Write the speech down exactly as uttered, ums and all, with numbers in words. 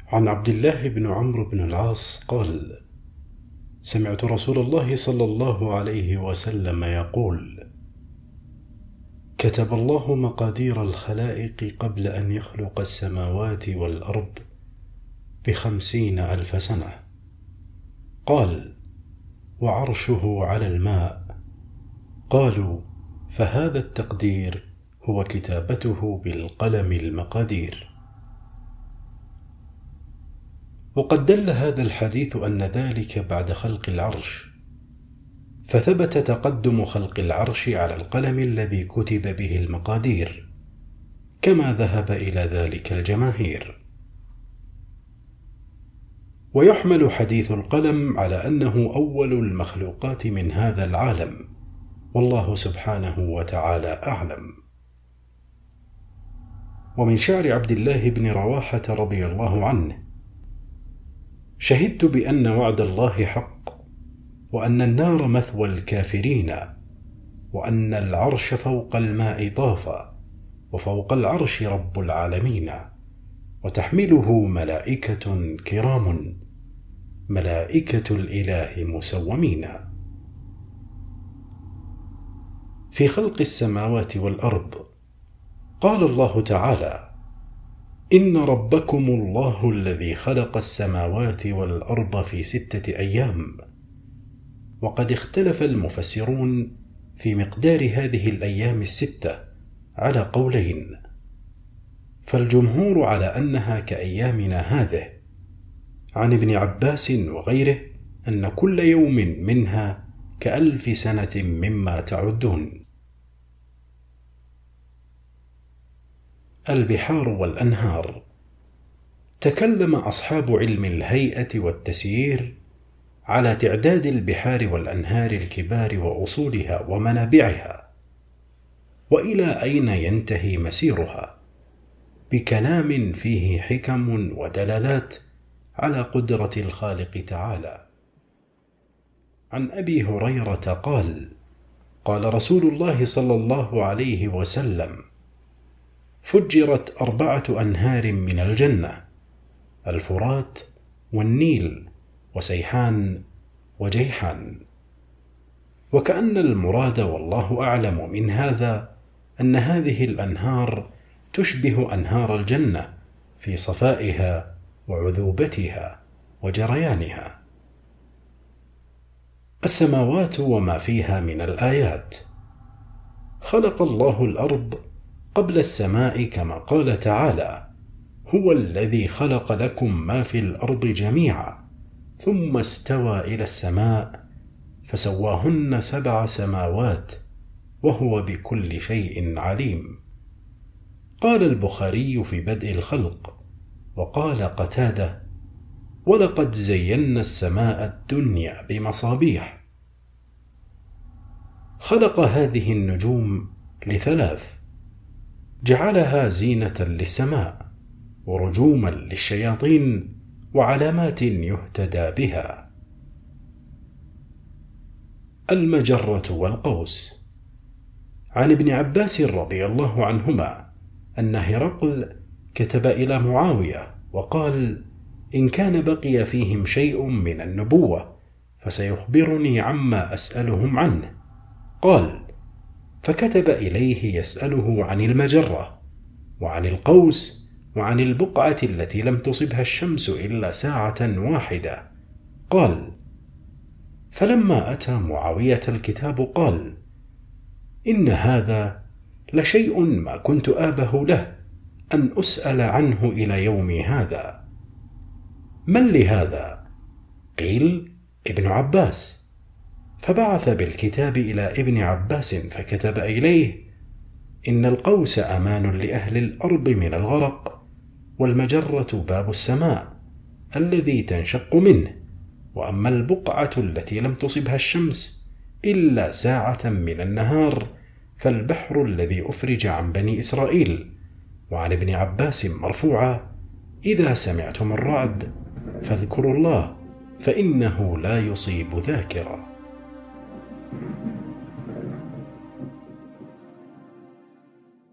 عن عبد الله بن عمرو بن العاص قال: سمعت رسول الله صلى الله عليه وسلم يقول: كتب الله مقادير الخلائق قبل أن يخلق السماوات والأرض بخمسين ألف سنة. قال: وعرشه على الماء. قالوا: فهذا التقدير هو كتابته بالقلم المقادير. وقد دل هذا الحديث أن ذلك بعد خلق العرش، فثبت تقدم خلق العرش على القلم الذي كتب به المقادير، كما ذهب إلى ذلك الجماهير. ويحمل حديث القلم على أنه أول المخلوقات من هذا العالم، والله سبحانه وتعالى أعلم. ومن شعر عبد الله بن رواحة رضي الله عنه: شهدت بأن وعد الله حق، وأن النار مثوى الكافرين، وأن العرش فوق الماء طافا، وفوق العرش رب العالمين، وتحمله ملائكة كرام، ملائكة الإله مسومين. في خلق السماوات والأرض قال الله تعالى: إن ربكم الله الذي خلق السماوات والأرض في ستة أيام. وقد اختلف المفسرون في مقدار هذه الأيام الستة على قولين، فالجمهور على أنها كأيامنا هذه، عن ابن عباس وغيره أن كل يوم منها كألف سنة مما تعدون. البحار والأنهار. تكلم أصحاب علم الهيئة والتسيير على تعداد البحار والأنهار الكبار وأصولها ومنابعها، وإلى أين ينتهي مسيرها، بكلام فيه حكم ودلالات على قدرة الخالق تعالى. عن أبي هريرة قال: قال رسول الله صلى الله عليه وسلم: فجرت أربعة أنهار من الجنة: الفرات والنيل وسيحان وجيحان. وكأن المراد والله أعلم من هذا أن هذه الأنهار تشبه أنهار الجنة في صفائها وعذوبتها وجريانها. السماوات وما فيها من الآيات. خلق الله الأرض قبل السماء، كما قال تعالى: هو الذي خلق لكم ما في الأرض جميعا ثم استوى إلى السماء فسواهن سبع سماوات وهو بكل شيء عليم. قال البخاري في بدء الخلق. وقال قتادة: ولقد زينا السماء الدنيا بمصابيح. خلق هذه النجوم لثلاث: جعلها زينة للسماء، ورجوما للشياطين، وعلامات يهتدى بها. المجرة والقوس. عن ابن عباس رضي الله عنهما أن هرقل كتب إلى معاوية وقال: إن كان بقي فيهم شيء من النبوة فسيخبرني عما أسألهم عنه. قال: فكتب إليه يسأله عن المجرة وعن القوس وعن البقعة التي لم تصبها الشمس إلا ساعة واحدة. قال: فلما أتى معاوية الكتاب قال: إن هذا لشيء ما كنت آبه له أن أسأل عنه إلى يومي هذا. من لهذا؟ قيل: ابن عباس. فبعث بالكتاب إلى ابن عباس فكتب إليه: إن القوس أمان لأهل الأرض من الغرق، والمجرة باب السماء الذي تنشق منه، وأما البقعة التي لم تصبها الشمس إلا ساعة من النهار فالبحر الذي أفرج عن بني إسرائيل. وعن ابن عباس مرفوعا: إذا سمعتم الرعد فاذكروا الله فإنه لا يصيب ذاكرا.